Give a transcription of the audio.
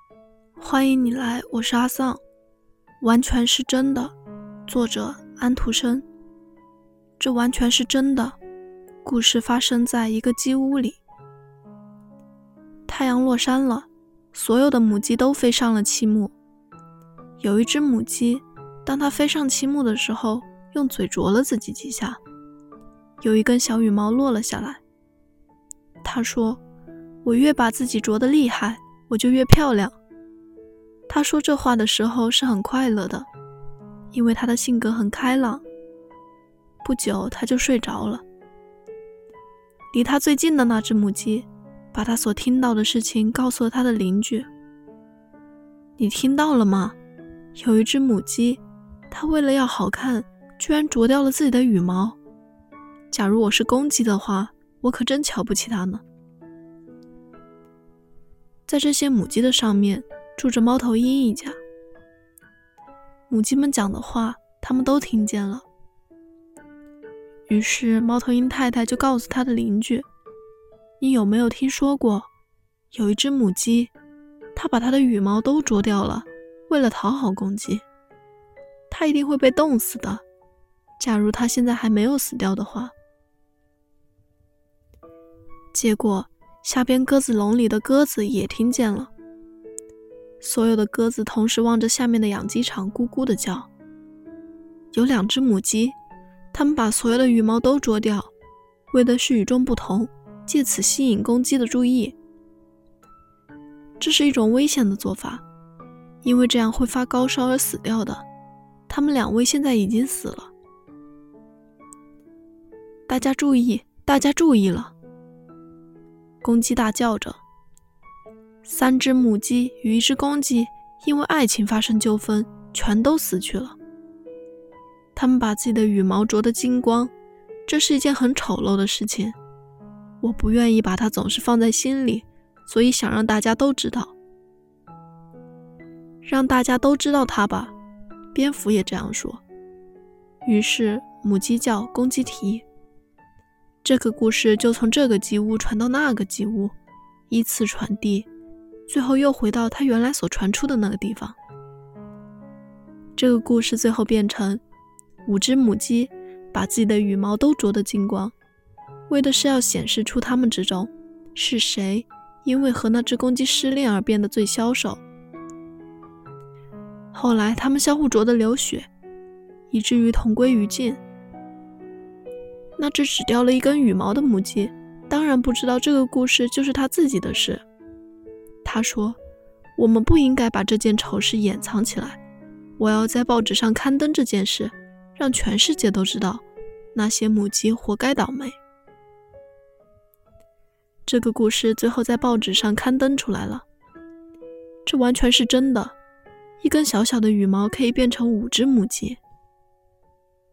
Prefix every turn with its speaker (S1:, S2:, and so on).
S1: 欢迎你来，我是阿丧。完全是真的，作者安徒生。这完全是真的，故事发生在一个鸡屋里。太阳落山了，所有的母鸡都飞上了漆木。有一只母鸡，当它飞上漆木的时候，用嘴啄了自己几下，有一根小羽毛落了下来。它说，我越把自己啄得厉害，我就越漂亮。他说这话的时候是很快乐的，因为他的性格很开朗。不久他就睡着了。离他最近的那只母鸡把他所听到的事情告诉了他的邻居。你听到了吗？有一只母鸡，它为了要好看，居然啄掉了自己的羽毛。假如我是公鸡的话，我可真瞧不起它呢。在这些母鸡的上面住着猫头鹰一家。母鸡们讲的话他们都听见了。于是猫头鹰太太就告诉他的邻居，你有没有听说过，有一只母鸡，它把它的羽毛都啄掉了，为了讨好公鸡。它一定会被冻死的，假如它现在还没有死掉的话。结果下边鸽子笼里的鸽子也听见了。所有的鸽子同时望着下面的养鸡场咕咕地叫。有两只母鸡，它们把所有的羽毛都啄掉，为的是与众不同，借此吸引公鸡的注意。这是一种危险的做法，因为这样会发高烧而死掉的。它们两位现在已经死了。大家注意，大家注意了！公鸡大叫着。3只母鸡与1只公鸡因为爱情发生纠纷，全都死去了。它们把自己的羽毛啄得精光，这是一件很丑陋的事情。我不愿意把它总是放在心里，所以想让大家都知道。让大家都知道它吧，蝙蝠也这样说。于是母鸡叫，公鸡啼。这个故事就从这个鸡屋传到那个鸡屋，依次传递，最后又回到它原来所传出的那个地方。这个故事最后变成5只母鸡把自己的羽毛都啄得精光，为的是要显示出它们之中是谁因为和那只公鸡失恋而变得最消瘦。后来它们相互啄得流血，以至于同归于尽。那只只掉了一根羽毛的母鸡当然不知道这个故事就是他自己的事。他说，我们不应该把这件丑事掩藏起来，我要在报纸上刊登这件事，让全世界都知道那些母鸡活该倒霉。这个故事最后在报纸上刊登出来了。这完全是真的，一根小小的羽毛可以变成5只母鸡。